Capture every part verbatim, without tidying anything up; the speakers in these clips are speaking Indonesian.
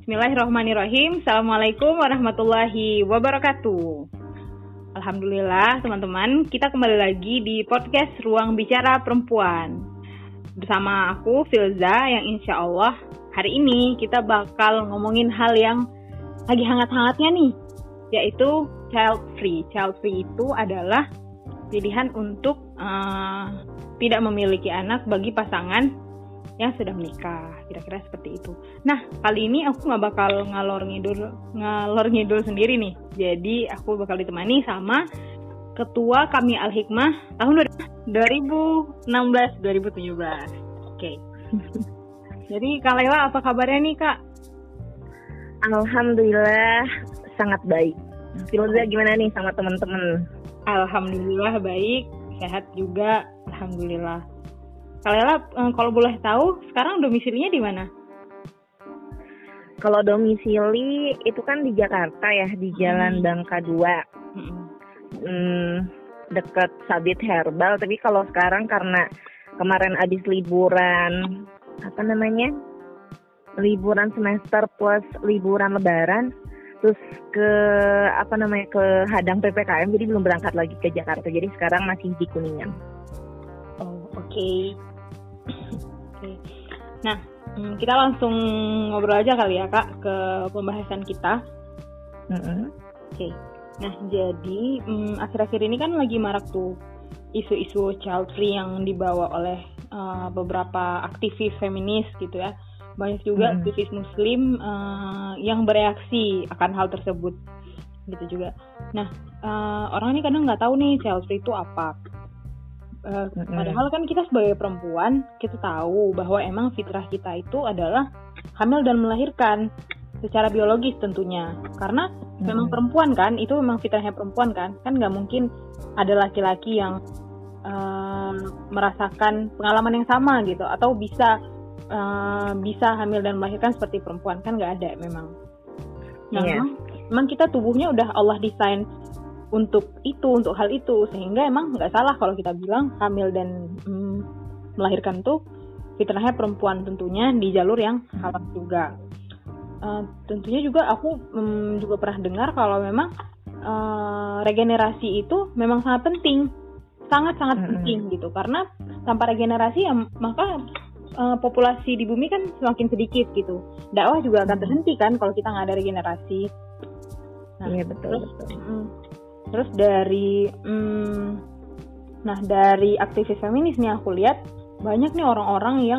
Bismillahirrahmanirrahim. Assalamualaikum warahmatullahi wabarakatuh. Alhamdulillah teman-teman, kita kembali lagi di podcast Ruang Bicara Perempuan. Bersama aku Filza yang insya Allah hari ini kita bakal ngomongin hal yang lagi hangat-hangatnya nih, yaitu child free. Child free itu adalah pilihan untuk uh, tidak memiliki anak bagi pasangan yang sudah menikah, kira-kira seperti itu. Nah, kali ini aku nggak bakal ngalor ngidul ngalor ngidul sendiri nih. Jadi aku bakal ditemani sama Ketua Kami Al Hikmah tahun dua ribu enam belas dua ribu tujuh belas. Oke. Jadi Kak Laila, apa kabarnya nih Kak? Alhamdulillah sangat baik. Filza gimana nih sama teman-teman? Alhamdulillah baik, sehat juga. Alhamdulillah. Kak Laila, kalau boleh tahu, sekarang domisilinya di mana? Kalau domisili itu kan di Jakarta ya, di Jalan hmm. Bangka dua, hmm. Hmm, dekat Sabit Herbal. Tapi kalau sekarang karena kemarin habis liburan, apa namanya, liburan semester plus liburan Lebaran, terus ke apa namanya ke hadang P P K M, jadi belum berangkat lagi ke Jakarta. Jadi sekarang masih di Kuningan. Oh, oke. Okay. Oke. Nah, kita langsung ngobrol aja kali ya Kak ke pembahasan kita. Mm-hmm. Oke. Nah, jadi um, akhir-akhir ini kan lagi marak tuh isu-isu child free yang dibawa oleh uh, beberapa aktivis feminis gitu ya. Banyak juga mm-hmm. aktivis Muslim uh, yang bereaksi akan hal tersebut gitu juga. Nah, uh, orang ini kadang nggak tahu nih child free itu apa. Uh, mm-hmm. Padahal kan kita sebagai perempuan, kita tahu bahwa emang fitrah kita itu adalah hamil dan melahirkan secara biologis tentunya. Karena mm-hmm. memang perempuan kan, itu memang fitrahnya perempuan kan. Kan nggak mungkin ada laki-laki yang uh, merasakan pengalaman yang sama gitu, atau bisa uh, bisa hamil dan melahirkan seperti perempuan, kan nggak ada memang. Nah, yeah. memang, memang kita tubuhnya udah Allah desain untuk itu, untuk hal itu, sehingga emang nggak salah kalau kita bilang hamil dan mm, melahirkan tuh fitrahnya perempuan, tentunya di jalur yang halal juga. Uh, tentunya juga aku mm, juga pernah dengar kalau memang uh, regenerasi itu memang sangat penting, sangat-sangat mm-hmm. penting gitu, karena tanpa regenerasi ya maka uh, populasi di bumi kan semakin sedikit gitu. Dakwah juga akan terhenti kan kalau kita nggak ada regenerasi. Nah, iya betul. Terus, betul. Mm, Terus dari, hmm, nah dari aktivis feminis nih aku lihat banyak nih orang-orang yang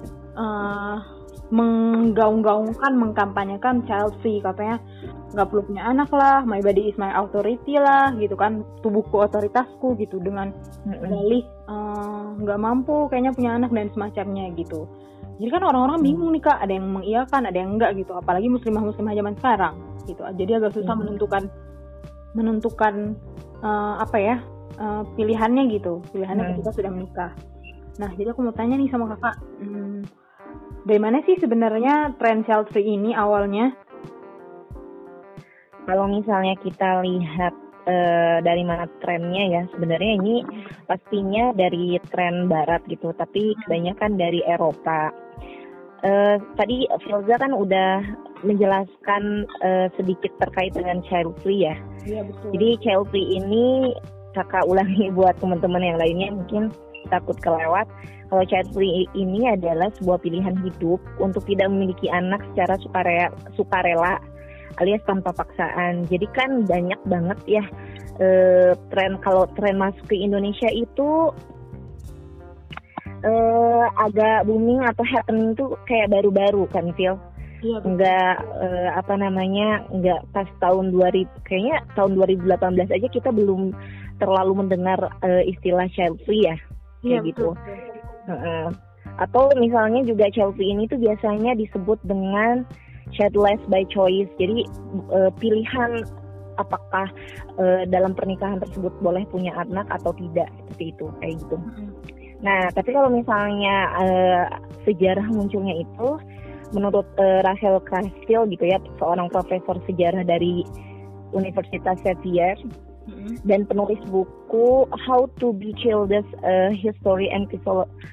uh, menggaung-gaungkan, mengkampanyekan child free, katanya nggak perlu punya anak lah, my body is my authority lah, gitu kan, tubuhku otoritasku gitu, dengan dalih nggak uh, mampu kayaknya punya anak dan semacamnya gitu. Jadi kan orang-orang bingung nih Kak, ada yang mengiyakan, ada yang enggak gitu, apalagi muslimah-muslimah zaman sekarang gitu. Jadi agak susah hmm. menentukan menentukan uh, apa ya uh, pilihannya gitu, pilihannya hmm. ketika sudah menikah. Nah, jadi aku mau tanya nih sama kakak, hmm, dari mana sih sebenarnya tren child free ini awalnya? Kalau misalnya kita lihat uh, dari mana trennya ya, sebenarnya ini pastinya dari tren Barat gitu, tapi kebanyakan dari Eropa. Uh, tadi Filza kan udah menjelaskan uh, sedikit terkait dengan child free ya. Iya betul. Jadi child free ini kakak ulangi buat teman-teman yang lainnya mungkin takut kelewat. Kalau child free ini adalah sebuah pilihan hidup untuk tidak memiliki anak secara sukarela, sukarela alias tanpa paksaan. Jadi kan banyak banget ya uh, tren, kalau tren masuk ke Indonesia itu Uh, agak booming atau happening tuh kayak baru-baru kan Phil? Iya, enggak uh, apa namanya enggak pas tahun dua ribu, kayaknya tahun dua ribu delapan belas aja kita belum terlalu mendengar uh, istilah child free ya, kayak iya, gitu. Uh, atau misalnya juga child free ini tuh biasanya disebut dengan childless by choice. Jadi uh, pilihan apakah uh, dalam pernikahan tersebut boleh punya anak atau tidak, seperti itu, kayak gitu. Mm-hmm. Nah, tapi kalau misalnya uh, sejarah munculnya itu, menurut uh, Rachel Castiel gitu ya, seorang profesor sejarah dari Universitas Xavier mm-hmm. dan penulis buku How to Be Childless, uh, History and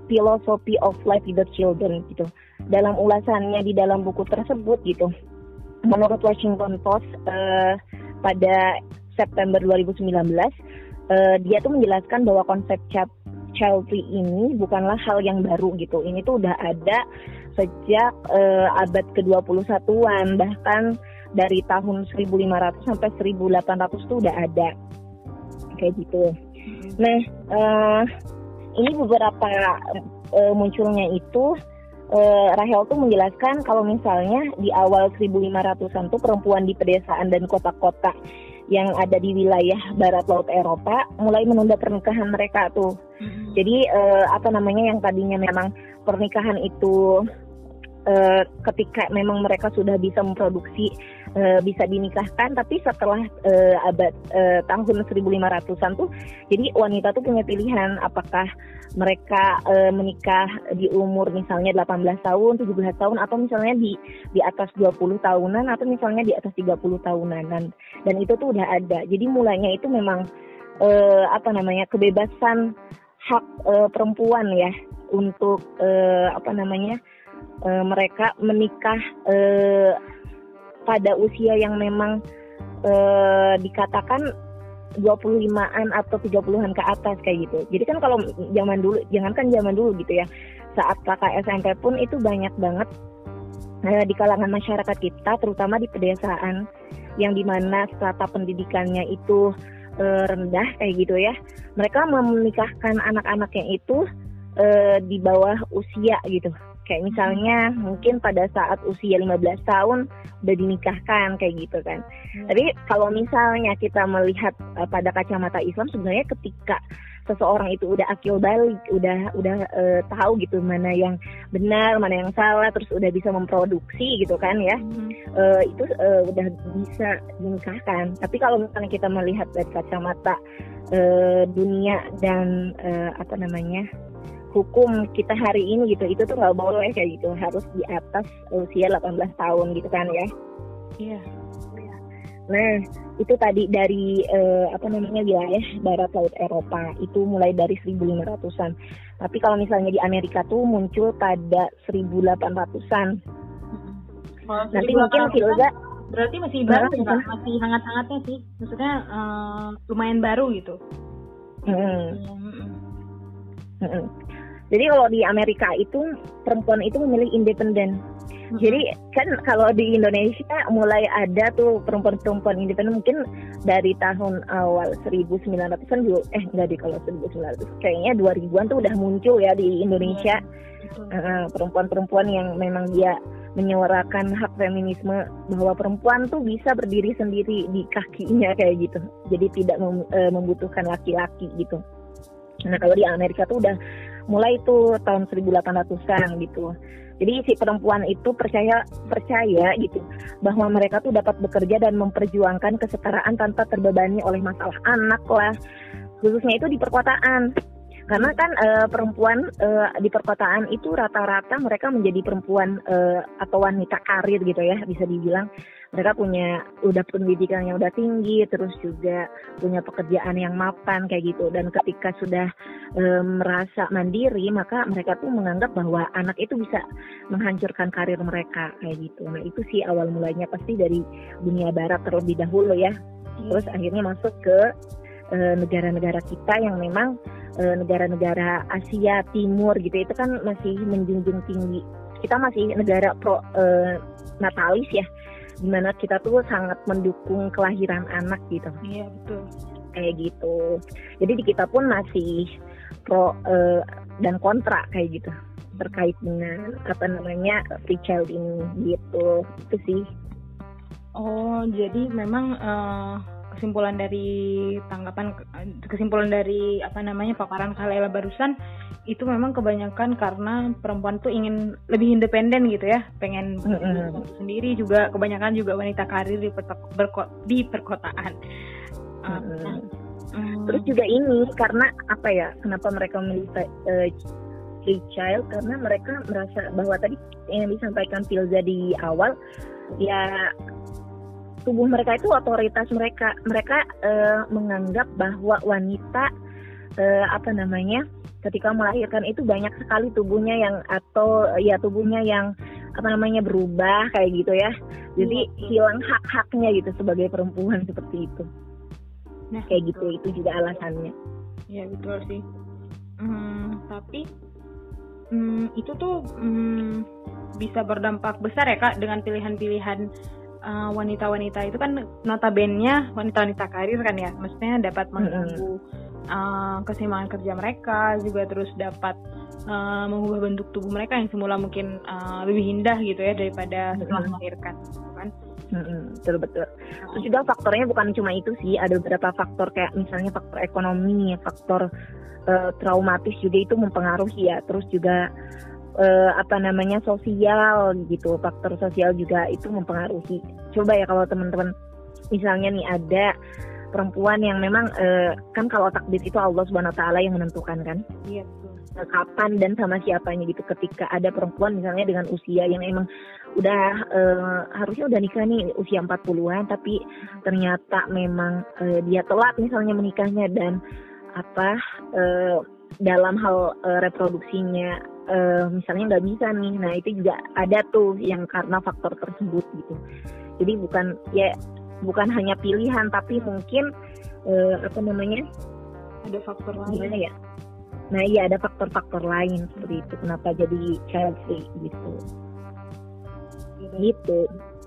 Philosophy of Life Without Children gitu. Dalam ulasannya di dalam buku tersebut gitu, menurut Washington Post uh, pada September dua ribu sembilan belas, uh, dia tuh menjelaskan bahwa konsep child child free ini bukanlah hal yang baru gitu. Ini tuh udah ada sejak uh, abad ke dua puluh satuan, bahkan dari tahun seribu lima ratus sampai seribu delapan ratus tuh udah ada kayak gitu. Nah, uh, ini beberapa uh, munculnya itu uh, Rahel tuh menjelaskan kalau misalnya di awal seribu lima ratusan tuh perempuan di pedesaan dan kota-kota yang ada di wilayah barat laut Eropa mulai menunda pernikahan mereka tuh. Mm-hmm. Jadi uh, apa namanya yang tadinya memang pernikahan itu uh, ketika memang mereka sudah bisa memproduksi uh, bisa dinikahkan, tapi setelah uh, abad uh, tahun seribu lima ratusan tuh jadi wanita tuh punya pilihan apakah mereka e, menikah di umur misalnya delapan belas tahun, tujuh belas tahun, atau misalnya di di atas dua puluh tahunan, atau misalnya di atas tiga puluh tahunan. Dan itu tuh udah ada. Jadi mulanya itu memang e, apa namanya kebebasan hak e, perempuan ya untuk e, apa namanya e, mereka menikah e, pada usia yang memang e, dikatakan dua puluh limaan atau tiga puluhan ke atas kayak gitu. Jadi kan kalau zaman dulu, jangankan zaman dulu gitu ya, saat K K S M P pun itu banyak banget eh, di kalangan masyarakat kita, terutama di pedesaan yang dimana strata pendidikannya itu eh, rendah kayak gitu ya. Mereka menikahkan anak-anaknya itu eh, di bawah usia gitu. Kayak misalnya mungkin pada saat usia lima belas tahun udah dinikahkan kayak gitu kan. Hmm. Tapi kalau misalnya kita melihat uh, pada kacamata Islam, sebenarnya ketika seseorang itu udah akil balik, udah udah uh, tahu gitu mana yang benar, mana yang salah, terus udah bisa memproduksi gitu kan ya, hmm. uh, itu uh, udah bisa dinikahkan. Tapi kalau misalnya kita melihat dari kacamata uh, dunia dan uh, apa namanya hukum kita hari ini gitu, itu tuh nggak boleh kayak gitu, harus di atas usia delapan belas tahun gitu kan ya. Iya. Nah itu tadi dari uh, apa namanya wilayah barat laut Eropa itu mulai dari seribu lima ratusan. Tapi kalau misalnya di Amerika tuh muncul pada seribu delapan ratusan. Oh, nanti mungkin Filza berarti masih baru ya, masih hangat-hangatnya sih, maksudnya uh, lumayan baru gitu. Hmm. Hmm. Jadi kalau di Amerika itu perempuan itu memilih independen. Hmm. Jadi kan kalau di Indonesia mulai ada tuh perempuan-perempuan independen mungkin dari tahun awal seribu sembilan ratusan juga, eh enggak deh kalau seribu sembilan ratus, kayaknya dua ribuan tuh udah muncul ya di Indonesia. Hmm. Uh, perempuan-perempuan yang memang dia menyuarakan hak feminisme bahwa perempuan tuh bisa berdiri sendiri di kakinya kayak gitu. Jadi tidak mem, uh, membutuhkan laki-laki gitu. Nah kalau di Amerika tuh udah mulai itu tahun seribu delapan ratusan gitu. Jadi si perempuan itu percaya percaya gitu bahwa mereka tuh dapat bekerja dan memperjuangkan kesetaraan tanpa terbebani oleh masalah anak lah, khususnya itu di perkotaan. Karena kan e, perempuan e, di perkotaan itu rata-rata mereka menjadi perempuan e, atau wanita karir gitu ya, bisa dibilang. Mereka punya udah pendidikan yang udah tinggi, terus juga punya pekerjaan yang mapan kayak gitu. Dan ketika sudah e, merasa mandiri, maka mereka tuh menganggap bahwa anak itu bisa menghancurkan karir mereka kayak gitu. Nah itu sih awal mulanya pasti dari dunia barat terlebih dahulu ya. Terus akhirnya masuk ke e, negara-negara kita yang memang e, negara-negara Asia Timur gitu. Itu kan masih menjunjung tinggi. Kita masih negara pro e, natalis ya, dimana kita tuh sangat mendukung kelahiran anak gitu. Iya betul. Kayak gitu. Jadi di kita pun masih pro uh, dan kontra kayak gitu terkait dengan apa namanya free child ini gitu. Itu sih. Oh jadi memang uh, kesimpulan dari tanggapan kesimpulan dari apa namanya paparan Kak Laila barusan itu memang kebanyakan karena perempuan tuh ingin lebih independen gitu ya, pengen mm-hmm. sendiri, juga kebanyakan juga wanita karir di, perko- berko- di perkotaan. Mm-hmm. Uh, Terus juga ini karena apa ya? Kenapa mereka memilih uh, free child? Karena mereka merasa bahwa tadi yang disampaikan Filza di awal, ya tubuh mereka itu otoritas mereka. Mereka uh, menganggap bahwa wanita uh, apa namanya ketika melahirkan itu banyak sekali tubuhnya yang atau ya tubuhnya yang apa namanya berubah kayak gitu ya. Jadi hmm. hilang hak-haknya gitu sebagai perempuan seperti itu. Nah, kayak gitu itu juga alasannya. Ya betul sih. Hmm, tapi hmm, itu tuh hmm, bisa berdampak besar ya Kak dengan pilihan-pilihan uh, wanita-wanita itu kan notabene-nya wanita-wanita karir kan ya. Maksudnya dapat mengganggu mm-hmm. uh, keseimbangan kerja mereka, juga terus dapat uh, mengubah bentuk tubuh mereka yang semula mungkin uh, lebih indah gitu ya daripada setelah mm-hmm. melahirkan, kan? Hmm, betul betul. Terus juga faktornya bukan cuma itu sih, ada beberapa faktor kayak misalnya faktor ekonomi, faktor uh, traumatis juga itu mempengaruhi ya. Terus juga uh, apa namanya sosial gitu, faktor sosial juga itu mempengaruhi. Coba ya kalau teman-teman misalnya nih ada perempuan yang memang uh, kan kalau takdir itu Allah Subhanahu Wa Taala yang menentukan kan. Iya. Kapan dan sama siapanya gitu. Ketika ada perempuan misalnya dengan usia yang emang udah uh, harusnya udah nikah nih usia empat puluhan tapi ternyata memang uh, dia telat misalnya menikahnya dan apa uh, dalam hal uh, reproduksinya uh, misalnya nggak bisa nih. Nah itu juga ada tuh yang karena faktor tersebut gitu. Jadi bukan ya bukan hanya pilihan tapi mungkin uh, apa namanya ada faktor lain. Gimana ya? Nah iya ada faktor-faktor lain seperti itu kenapa jadi child free gitu. Gitu.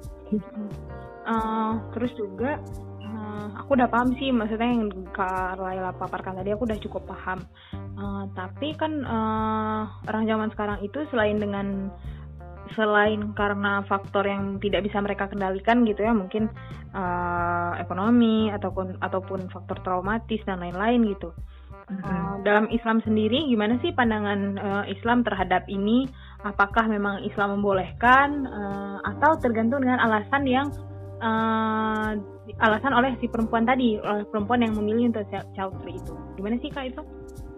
Uh, terus juga uh, aku udah paham sih maksudnya yang Kak Laila paparkan tadi aku udah cukup paham. Uh, tapi kan uh, orang zaman sekarang itu selain dengan selain karena faktor yang tidak bisa mereka kendalikan gitu ya mungkin uh, ekonomi ataupun ataupun faktor traumatis dan lain-lain gitu. Uh, dalam Islam sendiri gimana sih pandangan uh, Islam terhadap ini? Apakah memang Islam membolehkan uh, atau tergantung dengan alasan yang uh, alasan oleh si perempuan tadi, oleh perempuan yang memilih untuk child free itu? Gimana sih Kak itu?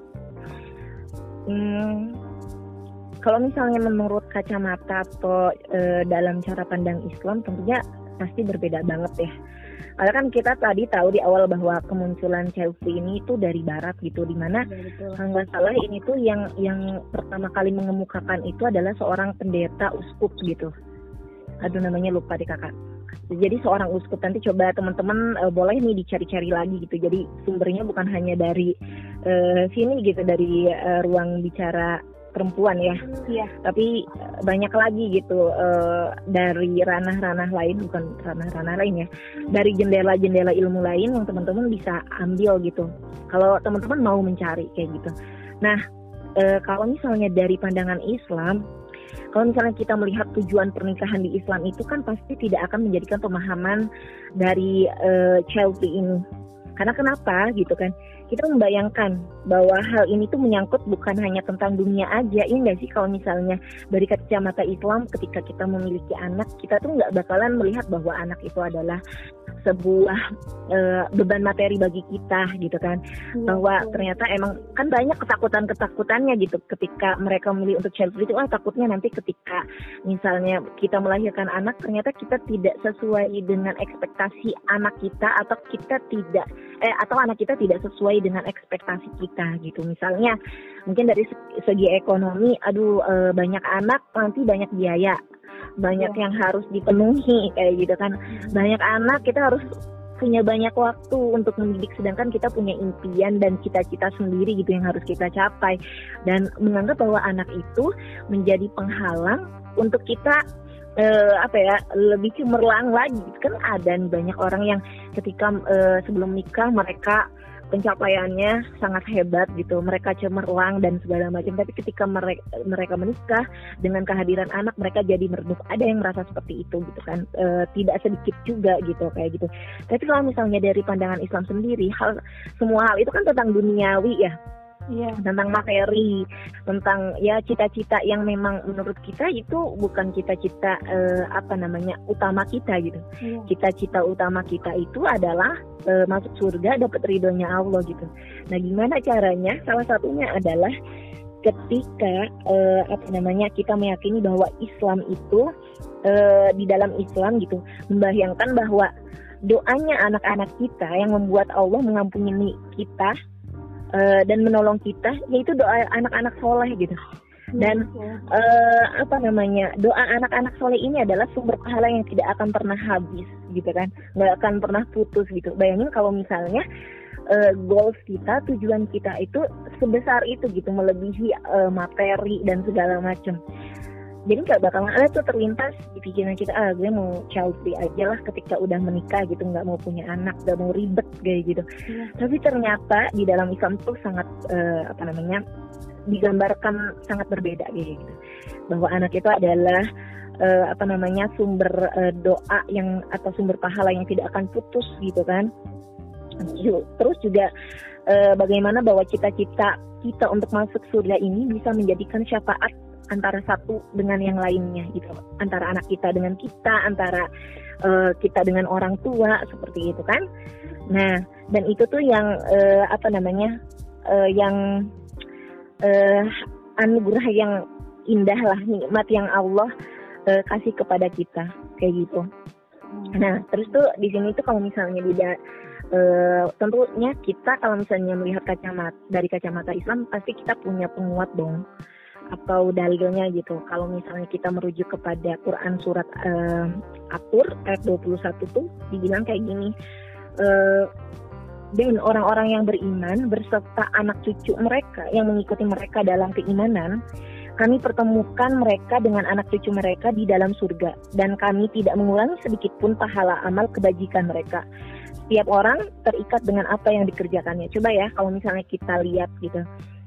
Hmm, kalau misalnya menurut kacamata atau uh, dalam cara pandang Islam tentunya pasti berbeda banget ya. Karena kan kita tadi tahu di awal bahwa kemunculan child free ini itu dari barat gitu, dimana kalau nggak salah ini tuh yang yang pertama kali mengemukakan itu adalah seorang pendeta uskup gitu. Aduh namanya lupa deh kakak. Jadi seorang uskup, nanti coba teman-teman uh, boleh nih dicari-cari lagi gitu. Jadi sumbernya bukan hanya dari uh, sini gitu, dari uh, ruang bicara perempuan ya, iya. Tapi banyak lagi gitu uh, dari ranah-ranah lain, bukan ranah-ranah lain ya, dari jendela-jendela ilmu lain yang teman-teman bisa ambil gitu. Kalau teman-teman mau mencari kayak gitu. Nah, uh, kalau misalnya dari pandangan Islam, kalau misalnya kita melihat tujuan pernikahan di Islam itu kan pasti tidak akan menjadikan pemahaman dari uh, child free ini. Karena kenapa gitu kan? Kita membayangkan bahwa hal ini tuh menyangkut bukan hanya tentang dunia aja. Ini nggak sih kalau misalnya dari kacamata Islam ketika kita memiliki anak, kita tuh nggak bakalan melihat bahwa anak itu adalah sebuah e, beban materi bagi kita gitu kan. Ya, bahwa ya. Ternyata emang kan banyak ketakutan-ketakutannya gitu ketika mereka memilih untuk child free itu. Ah takutnya nanti ketika misalnya kita melahirkan anak ternyata kita tidak sesuai dengan ekspektasi anak kita, atau kita tidak eh atau anak kita tidak sesuai dengan ekspektasi kita gitu. Misalnya mungkin dari segi ekonomi, aduh e, banyak anak nanti banyak biaya, banyak ya. Yang harus dipenuhi kayak gitu kan. Banyak anak kita harus punya banyak waktu untuk mendidik, sedangkan kita punya impian dan cita-cita sendiri gitu yang harus kita capai, dan menganggap bahwa anak itu menjadi penghalang untuk kita Uh, apa ya lebih cemerlang lagi kan. Ada banyak orang yang ketika uh, sebelum nikah mereka pencapaiannya sangat hebat gitu, mereka cemerlang dan segala macam, tapi ketika mereka mereka menikah dengan kehadiran anak mereka jadi meredup. Ada yang merasa seperti itu gitu kan, uh, tidak sedikit juga gitu kayak gitu. Tapi kalau misalnya dari pandangan Islam sendiri, hal semua hal itu kan tentang duniawi ya. Iya. Tentang materi, tentang ya cita-cita yang memang menurut kita itu bukan cita-cita eh, apa namanya utama kita gitu. Iya. Cita-cita utama kita itu adalah eh, masuk surga, dapat ridhonya Allah gitu. Nah gimana caranya? Salah satunya adalah ketika eh, apa namanya kita meyakini bahwa Islam itu eh, di dalam Islam gitu membayangkan bahwa doanya anak-anak kita yang membuat Allah mengampuni kita uh, dan menolong kita, yaitu doa anak-anak soleh gitu. Dan uh, apa namanya, doa anak-anak soleh ini adalah sumber pahala yang tidak akan pernah habis gitu kan, nggak akan pernah putus gitu. Bayangin kalau misalnya uh, goals kita, tujuan kita itu sebesar itu gitu, melebihi uh, materi dan segala macam. Jadi nggak bakalan ada tuh terlintas di pikiran kita, ah gue mau child free aja lah ketika udah menikah gitu, nggak mau punya anak, nggak mau ribet kayak gitu. Ya. Tapi ternyata di dalam Islam tuh sangat uh, apa namanya digambarkan sangat berbeda gitu. Bahwa anak itu adalah uh, apa namanya sumber uh, doa yang atau sumber pahala yang tidak akan putus gitu kan. Terus juga uh, bagaimana bahwa cita-cita kita untuk masuk surga ini bisa menjadikan syafaat antara satu dengan yang lainnya gitu, antara anak kita dengan kita, antara uh, kita dengan orang tua, seperti itu kan. Nah, dan itu tuh yang uh, apa namanya uh, yang uh, anugerah yang indah lah, nikmat yang Allah uh, kasih kepada kita kayak gitu. Nah, terus tuh di sini tuh kalau misalnya tidak uh, tentunya kita kalau misalnya melihat kacamata dari kacamata Islam, pasti kita punya penguat dong atau dalilnya gitu. Kalau misalnya kita merujuk kepada Quran surat uh, At-Tur ayat dua puluh satu tuh dibilang kayak gini, uh, dan orang-orang yang beriman berserta anak cucu mereka yang mengikuti mereka dalam keimanan, kami pertemukan mereka dengan anak cucu mereka di dalam surga, dan kami tidak mengurangi sedikit pun pahala amal kebajikan mereka. Setiap orang terikat dengan apa yang dikerjakannya. Coba ya kalau misalnya kita lihat gitu,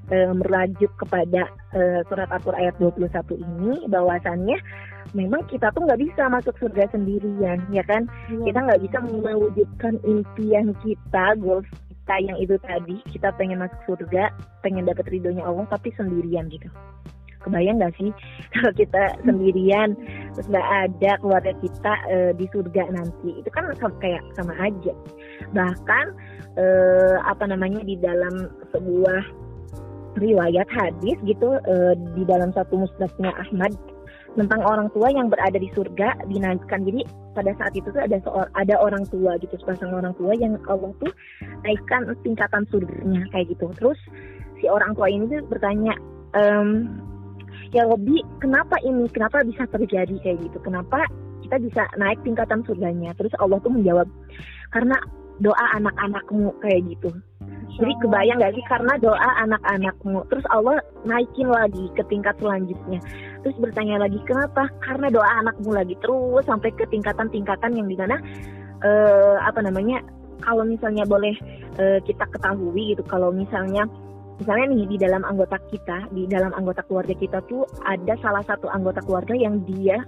merujuk kepada uh, surat At-Tur ayat dua puluh satu ini, bahwasannya memang kita tuh nggak bisa masuk surga sendirian, ya kan? Ya. Kita nggak bisa mewujudkan impian kita, goals kita yang itu tadi, kita pengen masuk surga, pengen dapat ridhonya Allah, tapi sendirian gitu. Kebayang nggak sih kalau kita sendirian, terus nggak ada keluarga kita uh, di surga nanti? Itu kan kayak sama aja. Bahkan uh, apa namanya di dalam sebuah riwayat hadis gitu uh, di dalam satu musnadnya Ahmad tentang orang tua yang berada di surga dinaikkan. Jadi pada saat itu tuh ada seor- ada orang tua gitu, sepasang orang tua yang Allah tuh naikkan tingkatan surganya kayak gitu. Terus si orang tua ini tuh bertanya, ehm, ya Robi, kenapa ini, kenapa bisa terjadi kayak gitu, kenapa kita bisa naik tingkatan surganya? Terus Allah tuh menjawab, karena doa anak-anakmu kayak gitu. Jadi kebayang gak sih, karena doa anak-anakmu. Terus Allah naikin lagi ke tingkat selanjutnya. Terus bertanya lagi, kenapa? Karena doa anakmu lagi. Terus sampai ke tingkatan-tingkatan yang dimana uh, apa namanya, kalau misalnya boleh uh, kita ketahui gitu, kalau misalnya misalnya nih di dalam anggota kita, di dalam anggota keluarga kita tuh ada salah satu anggota keluarga yang dia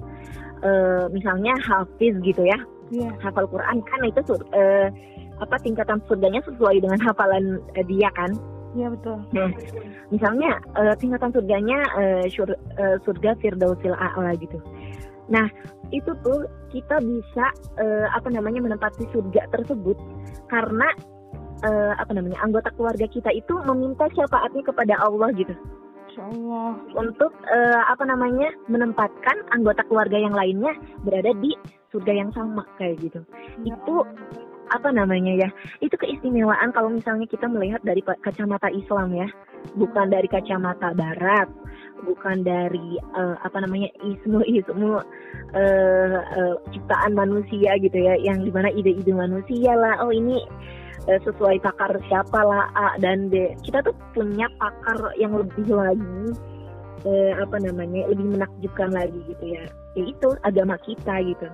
uh, misalnya hafiz gitu ya, yeah. hafal Quran kan, itu uh, apa tingkatan surganya sesuai dengan hafalan uh, dia kan? Iya betul. Nah, misalnya uh, tingkatan surganya uh, syur, uh, surga Firdausil A'la gitu. Nah, itu tuh kita bisa uh, apa namanya menempati surga tersebut karena uh, apa namanya anggota keluarga kita itu meminta syafaatnya kepada Allah gitu. Insyaallah. Untuk uh, apa namanya menempatkan anggota keluarga yang lainnya berada di surga yang sama kayak gitu. Ya. Itu apa namanya ya, itu keistimewaan kalau misalnya kita melihat dari kacamata Islam ya, bukan dari kacamata Barat, bukan dari uh, apa namanya ismu-ismu uh, uh, ciptaan manusia gitu ya, yang dimana ide-ide manusia lah, oh ini uh, sesuai pakar siapa lah A dan B. Kita tuh punya pakar yang lebih lagi uh, apa namanya lebih menakjubkan lagi gitu ya, yaitu agama kita gitu.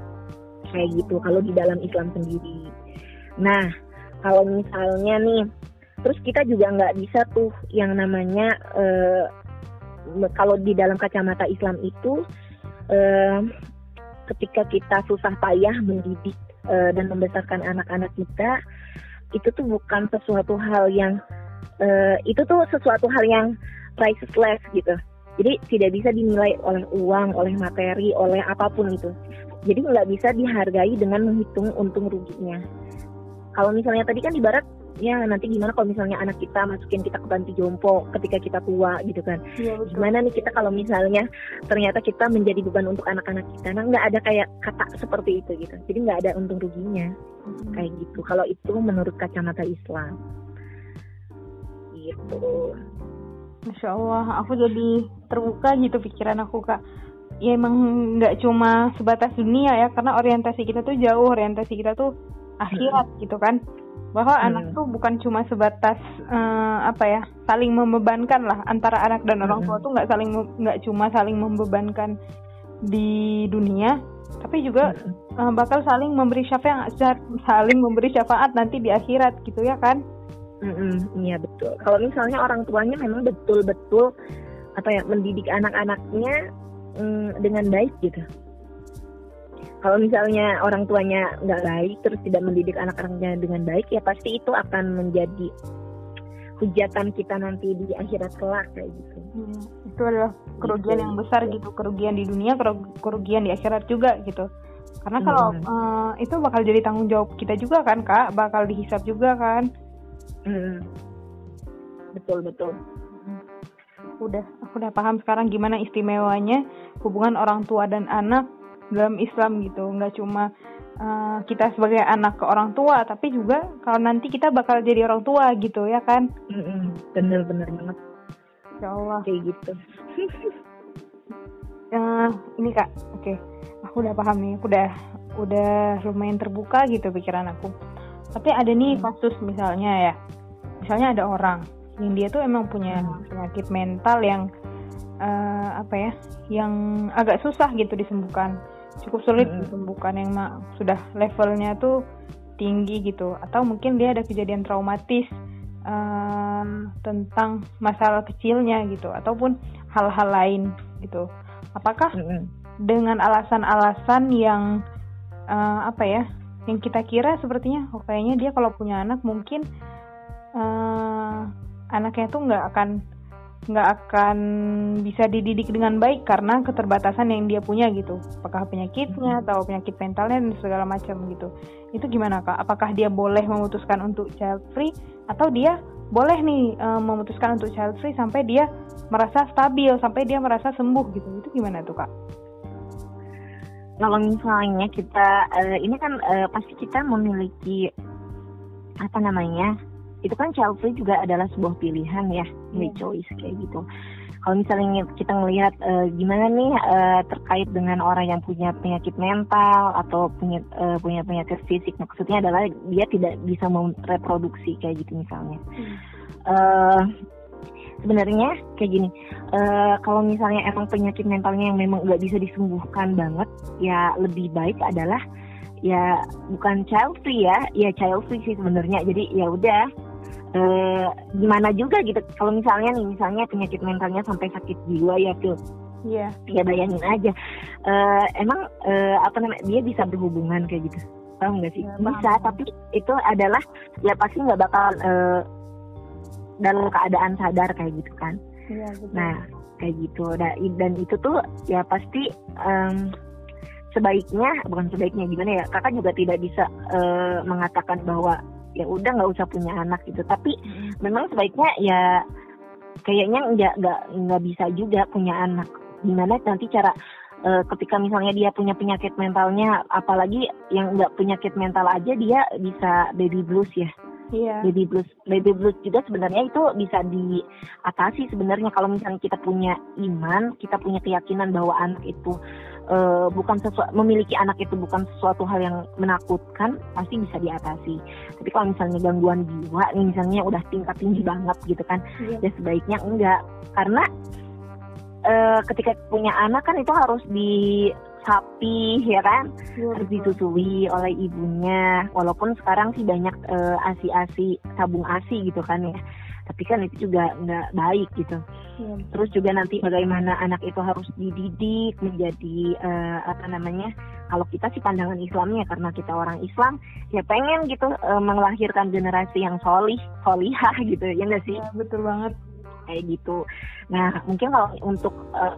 Kayak gitu kalau di dalam Islam sendiri. Nah, kalau misalnya nih, terus kita juga nggak bisa tuh yang namanya uh, kalau di dalam kacamata Islam itu uh, ketika kita susah payah mendidik uh, dan membesarkan anak-anak kita, itu tuh bukan sesuatu hal yang uh, itu tuh sesuatu hal yang priceless gitu. Jadi tidak bisa dinilai oleh uang, oleh materi, oleh apapun itu. Jadi nggak bisa dihargai dengan menghitung untung ruginya. Kalau misalnya tadi kan ibarat ya nanti gimana kalau misalnya anak kita masukin kita ke panti jompo ketika kita tua gitu kan. Ya, gimana nih kita kalau misalnya ternyata kita menjadi beban untuk anak-anak kita. Nah nggak ada kayak kata seperti itu gitu. Jadi nggak ada untung ruginya hmm. kayak gitu. Kalau itu menurut kacamata Islam. gitu. Masya Allah, aku jadi terbuka gitu pikiran aku Kak. Ya emang nggak cuma sebatas dunia ya, karena orientasi kita tuh jauh, orientasi kita tuh akhirat hmm. gitu kan. Bahwa hmm. anak tuh bukan cuma sebatas uh, apa ya, saling membebankan lah antara anak dan orang tua hmm. tuh nggak saling nggak cuma saling membebankan di dunia, tapi juga hmm. uh, bakal saling memberi syafaat, saling memberi syafaat nanti di akhirat gitu ya kan. Mm-mm, iya betul. Kalau misalnya orang tuanya memang betul-betul apa ya mendidik anak-anaknya mm, dengan baik gitu. Kalau misalnya orang tuanya nggak baik terus tidak mendidik anak-anaknya dengan baik, ya pasti itu akan menjadi hujatan kita nanti di akhirat kelak kayak gitu. Hmm, itu adalah kerugian gitu. Yang besar gitu, kerugian di dunia, kerugian di akhirat juga gitu. Karena kalau hmm. uh, itu bakal jadi tanggung jawab kita juga kan Kak, bakal dihisap juga kan. Hmm. Betul betul. Udah, aku udah paham sekarang gimana istimewanya hubungan orang tua dan anak dalam Islam gitu. Nggak cuma uh, kita sebagai anak ke orang tua, tapi juga kalau nanti kita bakal jadi orang tua gitu ya kan? Bener-bener banget. Ya Allah. Kayak gitu. uh, ini Kak, oke, okay. Aku udah paham nih, aku udah udah lumayan terbuka gitu pikiran aku. Tapi ada nih kasus misalnya ya. Misalnya ada orang yang dia tuh emang punya penyakit mental yang uh, apa ya, yang agak susah gitu disembuhkan, cukup sulit hmm. disembuhkan, yang ma- sudah levelnya tuh tinggi gitu, atau mungkin dia ada kejadian traumatis uh, tentang masalah kecilnya gitu, ataupun hal-hal lain gitu. Apakah hmm. dengan alasan-alasan yang uh, apa ya, yang kita kira sepertinya, oh kayaknya dia kalau punya anak mungkin Uh, anaknya tuh nggak akan nggak akan bisa dididik dengan baik karena keterbatasan yang dia punya gitu, apakah penyakitnya atau penyakit mentalnya dan segala macam gitu. Itu gimana Kak? Apakah dia boleh memutuskan untuk child free, atau dia boleh nih uh, memutuskan untuk child free sampai dia merasa stabil, sampai dia merasa sembuh gitu? Itu gimana tuh Kak? Kalau misalnya kita uh, ini kan uh, pasti kita memiliki apa namanya, itu kan child free juga adalah sebuah pilihan ya, yeah. choice kayak gitu. Kalau misalnya kita ngelihat uh, gimana nih uh, terkait dengan orang yang punya penyakit mental atau punya uh, punya penyakit fisik, maksudnya adalah dia tidak bisa mereproduksi kayak gitu misalnya. Hmm. Uh, sebenarnya kayak gini, uh, kalau misalnya emang penyakit mentalnya yang memang nggak bisa disembuhkan banget, ya lebih baik adalah ya bukan child free ya, ya child free sih sebenarnya. Jadi ya udah. Eh, gimana juga gitu kalau misalnya nih misalnya penyakit mentalnya sampai sakit jiwa ya Phil, yeah. ya bayangin aja eh, emang eh, apa namanya dia bisa berhubungan kayak gitu, paham nggak sih? Ya, bisa, paham. Tapi itu adalah ya pasti nggak bakal eh, dalam keadaan sadar kayak gitu kan. Ya, nah kayak gitu dan itu tuh ya pasti um, sebaiknya bukan sebaiknya gimana ya, kakak juga tidak bisa uh, mengatakan bahwa ya udah nggak usah punya anak gitu, tapi hmm. memang sebaiknya ya kayaknya nggak nggak nggak bisa juga punya anak. Gimana nanti cara e, ketika misalnya dia punya penyakit mentalnya, apalagi yang nggak penyakit mental aja dia bisa baby blues ya. Iya. Baby blues, baby blues juga sebenarnya itu bisa diatasi sebenarnya kalau misalnya kita punya iman, kita punya keyakinan bahwa anak itu uh, bukan sesuatu, memiliki anak itu bukan sesuatu hal yang menakutkan, pasti bisa diatasi. Tapi kalau misalnya gangguan jiwa nih misalnya udah tingkat tinggi banget gitu kan, iya. ya sebaiknya enggak, karena uh, ketika punya anak kan itu harus di sapi ya kan, ya, harus disusui oleh ibunya. Walaupun sekarang sih banyak uh, asi-asi, tabung asi gitu kan ya, tapi kan itu juga nggak baik gitu. Ya. Terus juga nanti bagaimana anak itu harus dididik menjadi uh, apa namanya? Kalau kita sih pandangan Islamnya, karena kita orang Islam ya pengen gitu uh, melahirkan generasi yang solih, solihah gitu ya nggak sih? Ya, betul banget. Kayak gitu. Nah mungkin kalau untuk uh,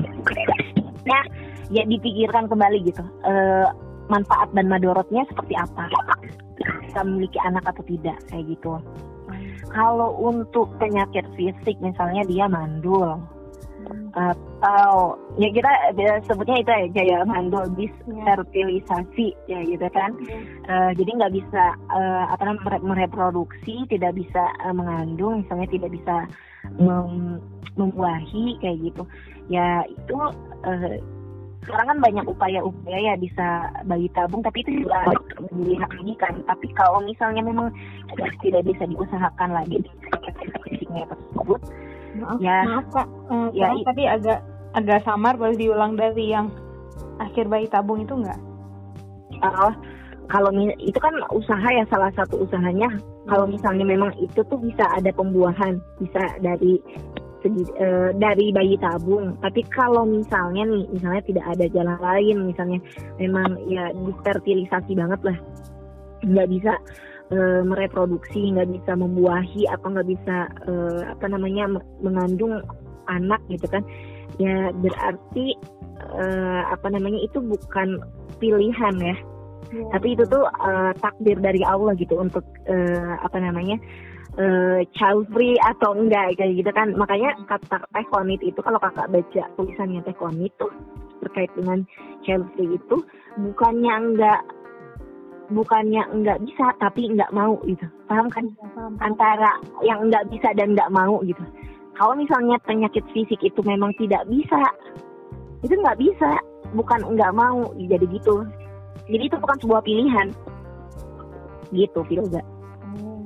ya ya dipikirkan kembali gitu, e, manfaat dan madorotnya seperti apa, kita memiliki anak atau tidak kayak gitu. Hmm. Kalau untuk penyakit fisik misalnya dia mandul, hmm. atau ya kita ya, sebutnya itu aja ya mandul disfertilisasi ya gitu kan. Yeah. Uh, jadi nggak bisa uh, apa namanya mereproduksi, tidak bisa uh, mengandung, misalnya tidak bisa mem- membuahi kayak gitu. Ya itu uh, sekarang kan banyak upaya-upaya ya bisa bayi tabung, tapi itu juga dilihat lagi kan. Tapi kalau misalnya memang tidak bisa diusahakan lagi fisiknya tersebut, maaf, ya, maaf kak, eh, ya i- tadi agak agak samar, boleh diulang dari yang akhir bayi tabung itu nggak? Uh, kalau itu kan usaha ya, salah satu usahanya. Hmm. Kalau misalnya memang itu tuh bisa ada pembuahan, bisa dari segi, uh, dari bayi tabung. Tapi kalau misalnya nih, misalnya tidak ada jalan lain, misalnya memang ya disfertilisasi banget lah, nggak bisa uh, mereproduksi, nggak bisa membuahi atau nggak bisa uh, apa namanya mengandung anak gitu kan, ya berarti uh, apa namanya itu bukan pilihan ya. Ya, tapi itu tuh uh, takdir dari Allah gitu untuk uh, apa namanya uh, child free atau enggak kayak gitu kan. Makanya kata Teh Konit itu, kalau kakak baca tulisannya Teh Konit tuh terkait dengan child free itu bukannya enggak bukannya enggak bisa tapi enggak mau gitu, paham kan? ya, paham. Antara yang enggak bisa dan enggak mau gitu. Kalau misalnya penyakit fisik itu memang tidak bisa, itu enggak bisa, bukan enggak mau, jadi gitu. Jadi itu bukan sebuah pilihan, gitu Filza. Oh,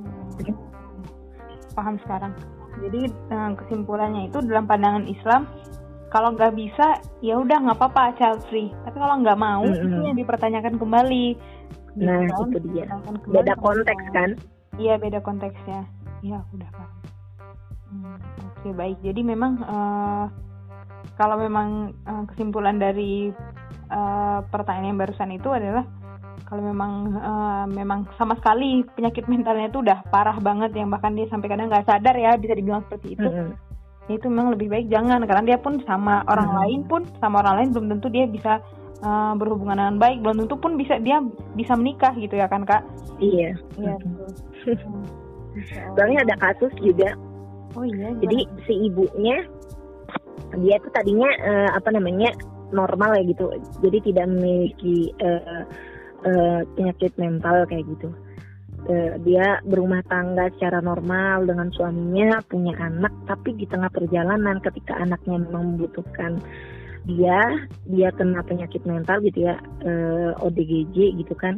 paham sekarang. Jadi kesimpulannya itu dalam pandangan Islam, kalau nggak bisa ya udah nggak apa-apa child free. Tapi kalau nggak mau, mm-hmm. itu yang dipertanyakan kembali. Gitu nah kan? Itu dia. Beda konteks kan? Iya, beda konteksnya. Iya, udah paham. Hmm, Oke okay, baik. Jadi memang uh, kalau memang uh, kesimpulan dari Uh, pertanyaan yang barusan itu adalah kalau memang uh, memang sama sekali penyakit mentalnya itu udah parah banget, yang bahkan dia sampai kadang nggak sadar ya, bisa dibilang seperti itu, mm-hmm. itu memang lebih baik jangan, karena dia pun sama orang mm-hmm. lain pun sama orang lain belum tentu dia bisa uh, berhubungan dengan baik, belum tentu pun bisa dia bisa menikah gitu ya kan kak? Iya. Iya. Mm-hmm. Soalnya ada kasus juga. Oh iya. Jadi gimana? Si ibunya dia tuh tadinya uh, apa namanya normal ya gitu, jadi tidak memiliki uh, uh, penyakit mental kayak gitu. Uh, dia berumah tangga secara normal dengan suaminya, punya anak, tapi di tengah perjalanan ketika anaknya memang membutuhkan dia, dia kena penyakit mental gitu ya, uh, O D G J gitu kan.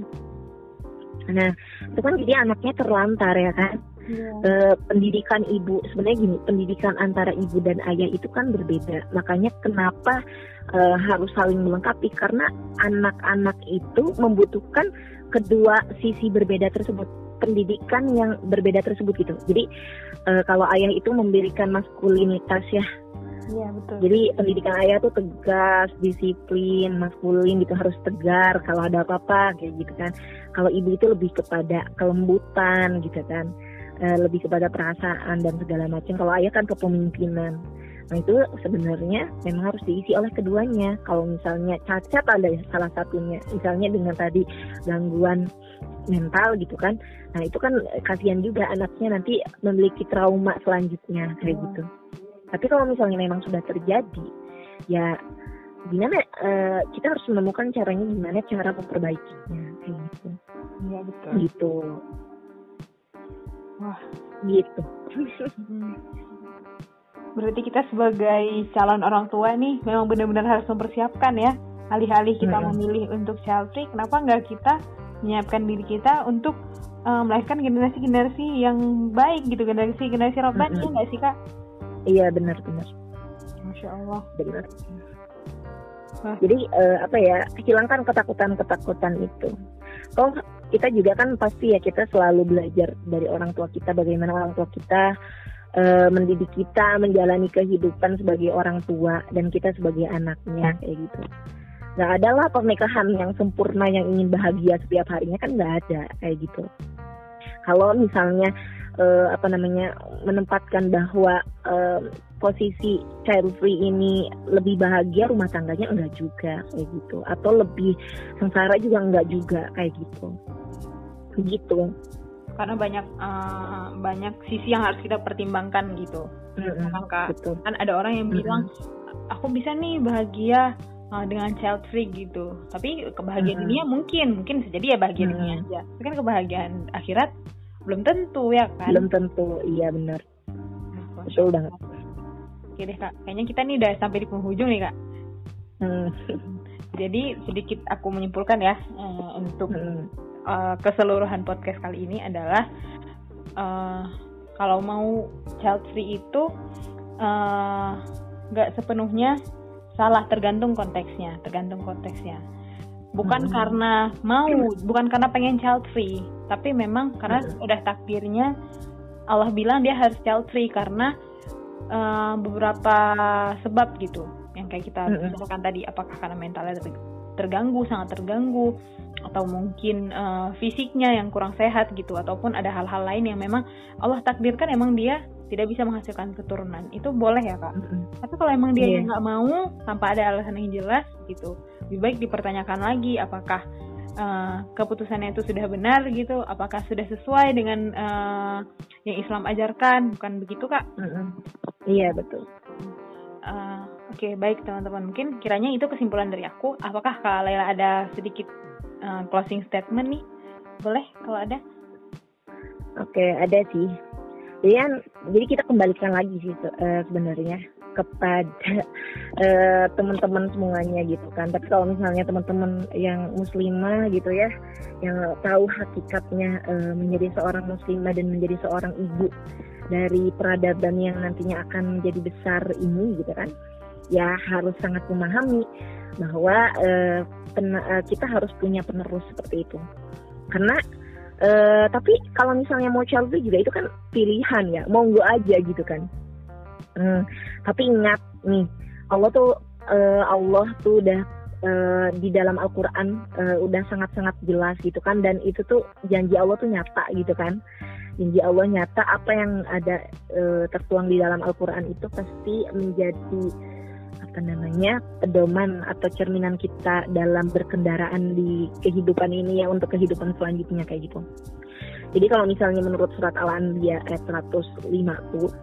Nah itu kan jadi anaknya terlantar ya kan. Yeah. Uh, pendidikan ibu, sebenarnya gini, pendidikan antara ibu dan ayah itu kan berbeda. Makanya kenapa uh, harus saling melengkapi, karena anak-anak itu membutuhkan kedua sisi berbeda tersebut, pendidikan yang berbeda tersebut gitu. Jadi uh, kalau ayah itu memberikan maskulinitas ya. Iya betul. Jadi pendidikan ayah tuh tegas, disiplin, maskulin gitu, harus tegar kalau ada apa-apa kayak gitu kan. Kalau ibu itu lebih kepada kelembutan gitu kan, e, lebih kepada perasaan dan segala macam. Kalau ayah kan kepemimpinan. Nah itu sebenarnya memang harus diisi oleh keduanya. Kalau misalnya cacat ada salah satunya, misalnya dengan tadi gangguan mental gitu kan, nah itu kan kasihan juga anaknya nanti memiliki trauma selanjutnya kayak oh. gitu. Tapi kalau misalnya memang sudah terjadi, ya gimana, uh, kita harus menemukan caranya gimana cara memperbaikinya kayak gitu. Iya betul. Gitu. Wah, gitu. Berarti kita sebagai calon orang tua nih memang benar-benar harus mempersiapkan ya. Alih-alih kita hmm. memilih untuk child free, kenapa nggak kita menyiapkan diri kita untuk uh, melahirkan generasi-generasi yang baik gitu, generasi-generasi robbani hmm. ya nggak sih kak? Iya benar-benar. Masya Allah. Benar. Hah. Jadi uh, apa ya, hilangkan ketakutan-ketakutan itu. Oh kita juga kan pasti ya, kita selalu belajar dari orang tua kita, bagaimana orang tua kita uh, mendidik kita menjalani kehidupan sebagai orang tua dan kita sebagai anaknya kayak gitu. Gak ada lah pernikahan yang sempurna yang ingin bahagia setiap harinya, kan gak ada kayak gitu. Kalau misalnya uh, apa namanya menempatkan bahwa uh, posisi child free ini lebih bahagia, rumah tangganya enggak juga kayak gitu, atau lebih sengsara juga enggak juga kayak gitu. Gitu. Karena banyak uh, banyak sisi yang harus kita pertimbangkan gitu. Mm-hmm. Kan Kak, betul. Kan ada orang yang bilang aku bisa nih bahagia uh, dengan child free gitu. Tapi kebahagiaan hmm. dunia mungkin, mungkin bisa jadi ya bahagia hmm. dunia aja. Tapi kan kebahagiaan akhirat belum tentu ya kan? Belum tentu, iya benar. Nah, betul banget. Oke deh Kak, kayaknya kita nih udah sampai di penghujung nih Kak. Hmm. Jadi sedikit aku menyimpulkan ya uh, untuk hmm. uh, keseluruhan podcast kali ini adalah uh, kalau mau child free itu nggak uh, sepenuhnya salah, tergantung konteksnya, tergantung konteksnya. Bukan hmm. karena mau, bukan karena pengen child free, tapi memang karena hmm. udah takdirnya Allah bilang dia harus child free karena uh, beberapa sebab gitu. Yang kayak kita bicarakan hmm. tadi, apakah karena mentalnya terganggu, sangat terganggu, atau mungkin uh, fisiknya yang kurang sehat gitu, ataupun ada hal-hal lain yang memang Allah takdirkan emang dia tidak bisa menghasilkan keturunan. Itu boleh ya Kak. Mm-hmm. Tapi kalau emang dia yeah. nggak mau tanpa ada alasan yang jelas gitu, lebih baik dipertanyakan lagi apakah uh, keputusannya itu sudah benar gitu, apakah sudah sesuai dengan uh, yang Islam ajarkan, bukan begitu Kak? Mm-hmm. Iya betul. Uh, Oke okay, baik teman-teman, mungkin kiranya itu kesimpulan dari aku. Apakah Kak Laila ada sedikit uh, closing statement nih? Boleh kalau ada? Oke okay, ada sih. Jadi, kan, jadi kita kembalikan lagi sih uh, sebenarnya kepada uh, teman-teman semuanya gitu kan. Tapi kalau misalnya teman-teman yang muslimah gitu ya, yang tahu hakikatnya uh, menjadi seorang muslimah dan menjadi seorang ibu dari peradaban yang nantinya akan menjadi besar ini gitu kan, ya harus sangat memahami bahwa uh, pen- uh, kita harus punya penerus seperti itu. Karena Uh, tapi kalau misalnya mau child free juga itu kan pilihan ya, monggo aja gitu kan. Hmm, tapi ingat nih, Allah tuh uh, Allah tuh udah uh, di dalam Al-Quran uh, udah sangat-sangat jelas gitu kan, dan itu tuh janji Allah tuh nyata gitu kan. Janji Allah nyata, apa yang ada uh, tertuang di dalam Al-Quran itu pasti menjadi apa namanya pedoman atau cerminan kita dalam berkendaraan di kehidupan ini ya, untuk kehidupan selanjutnya kayak gitu. Jadi kalau misalnya menurut surat Al-Anbiya ayat seratus lima puluh,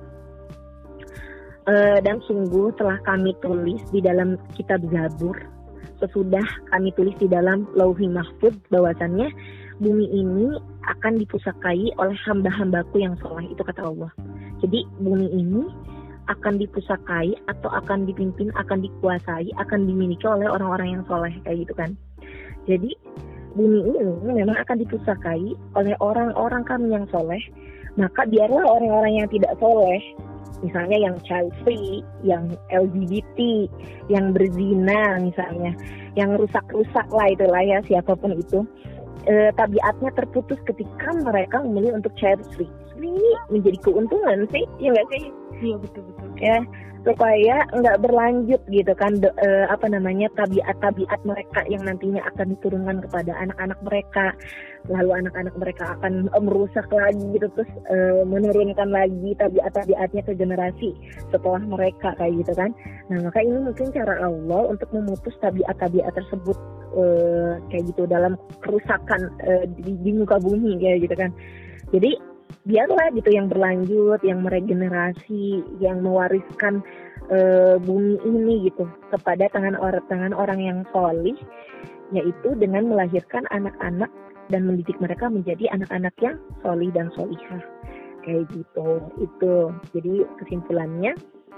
e, dan sungguh telah kami tulis di dalam kitab Zabur, sesudah kami tulis di dalam Lauhi Mahfuz bahwasannya bumi ini akan dipusakai oleh hamba-hambaku yang soleh, itu kata Allah. Jadi bumi ini akan dipusakai atau akan dipimpin, akan dikuasai, akan dimiliki oleh orang-orang yang soleh kayak gitu kan. Jadi bumi ini memang akan dipusakai oleh orang-orang kami yang soleh. Maka biarlah orang-orang yang tidak soleh, misalnya yang child free, yang L G B T, yang berzina misalnya, yang rusak-rusak lah itulah ya, siapapun itu, e, tabiatnya terputus ketika mereka memilih untuk child free. Ini menjadi keuntungan sih, ya nggak sih? Iya betul-betul. Ya, supaya nggak berlanjut gitu kan, de, uh, apa namanya tabiat-tabiat mereka yang nantinya akan diturunkan kepada anak-anak mereka, lalu anak-anak mereka akan uh, merusak lagi gitu, terus uh, menurunkan lagi tabiat-tabiatnya ke generasi setelah mereka kayak gitu kan. Nah maka ini mungkin cara Allah untuk memutus tabiat-tabiat tersebut uh, kayak gitu dalam kerusakan uh, di, di muka bumi kayak gitu kan. Jadi biarlah gitu yang berlanjut, yang meregenerasi, yang mewariskan e, bumi ini gitu kepada tangan orang tangan orang yang solih, yaitu dengan melahirkan anak-anak dan mendidik mereka menjadi anak-anak yang solih dan solihah kayak gitu. Itu jadi kesimpulannya,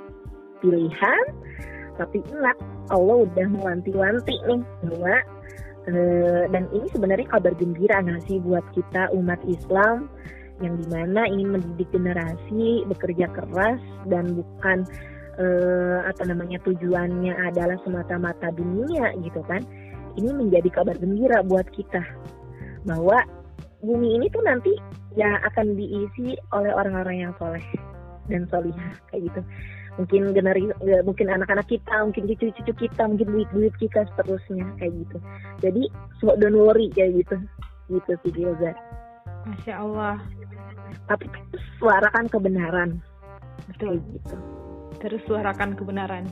pilihan, tapi ingat Allah udah mewanti-wanti nih bahwa e, dan ini sebenarnya kabar gembira nggak sih buat kita umat Islam yang dimana ingin mendidik generasi bekerja keras dan bukan eh, apa namanya tujuannya adalah semata-mata dunia gitu kan. Ini menjadi kabar gembira buat kita bahwa bumi ini tuh nanti ya akan diisi oleh orang-orang yang soleh dan solihah kayak gitu. Mungkin generasi, mungkin anak-anak kita, mungkin cucu-cucu kita, mungkin buit-buit kita seterusnya kayak gitu. Jadi so don't worry kayak gitu, gitu sih Gilza. Masya Allah. Tapi terus suarakan kebenaran. Betul gitu. Terus suarakan kebenaran.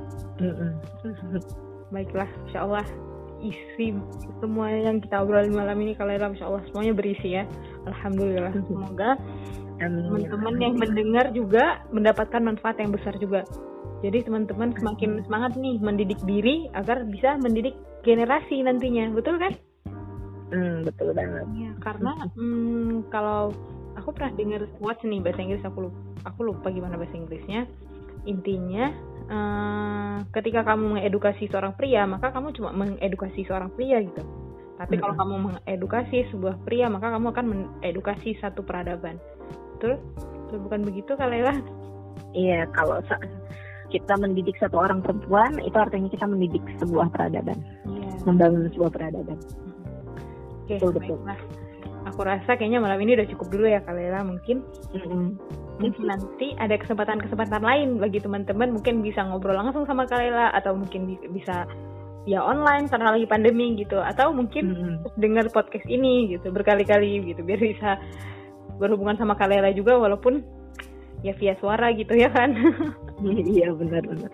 Baiklah, Masya Allah. Isi semua yang kita obrolin malam ini, kalau Masya Allah semuanya berisi ya. Alhamdulillah. Semoga teman-teman yang mendengar juga mendapatkan manfaat yang besar juga. Jadi teman-teman semakin semangat nih mendidik diri agar bisa mendidik generasi nantinya, betul kan? Hmm, betul banget. Ya, karena hmm, kalau aku pernah dengar quotes nih bahasa Inggris, aku lupa, aku lupa gimana bahasa Inggrisnya. Intinya uh, ketika kamu mengedukasi seorang pria, maka kamu cuma mengedukasi seorang pria gitu. Tapi mm-hmm. kalau kamu mengedukasi sebuah pria, maka kamu akan mengedukasi satu peradaban. Betul? Betul bukan begitu, Kak Laila? Iya, kalau kita mendidik satu orang perempuan, itu artinya kita mendidik sebuah peradaban. Yeah. Membangun sebuah peradaban. Oke, okay, baiklah. Aku rasa kayaknya malam ini udah cukup dulu ya, Kak Laila, mungkin. Mm-hmm. Mungkin nanti ada kesempatan-kesempatan lain bagi teman-teman, mungkin bisa ngobrol langsung sama Kak Laila, atau mungkin bisa ya online karena lagi pandemi gitu, atau mungkin hmm. dengar podcast ini gitu berkali-kali gitu biar bisa berhubungan sama Kak Laila juga walaupun ya via suara gitu ya kan. Iya benar-benar.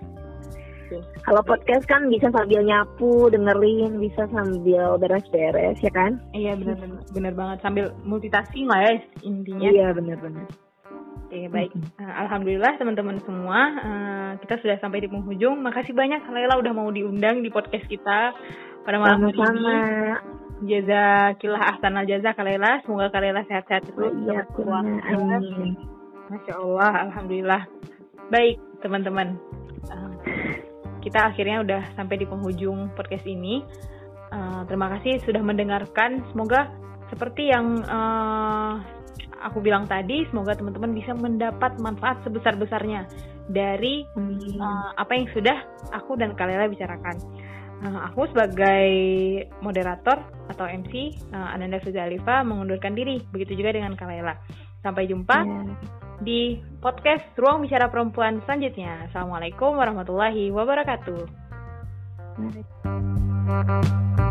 Kalau podcast kan bisa sambil nyapu, dengerin, bisa sambil beres-beres ya kan? Iya benar-benar benar banget, sambil multitasking lah ya intinya. Iya benar-benar. Oke, baik. Uh, Alhamdulillah teman-teman semua, uh, kita sudah sampai di penghujung. Makasih banyak Laila udah mau diundang di podcast kita pada malam hari ini. Jazakillah ahsanal jazak Laila. Semoga Laila sehat-sehat terus. Iya, amin. Masya Allah, alhamdulillah. Baik, teman-teman. Uh, kita akhirnya udah sampai di penghujung podcast ini. Uh, terima kasih sudah mendengarkan. Semoga seperti yang uh, aku bilang tadi, semoga teman-teman bisa mendapat manfaat sebesar-besarnya dari hmm. uh, apa yang sudah aku dan Kak Laila bicarakan. Uh, aku sebagai moderator atau M C, uh, Ananda Fiza Alifa, mengundurkan diri. Begitu juga dengan Kak Laila. Sampai jumpa yeah. di podcast Ruang Bicara Perempuan selanjutnya. Assalamualaikum warahmatullahi wabarakatuh.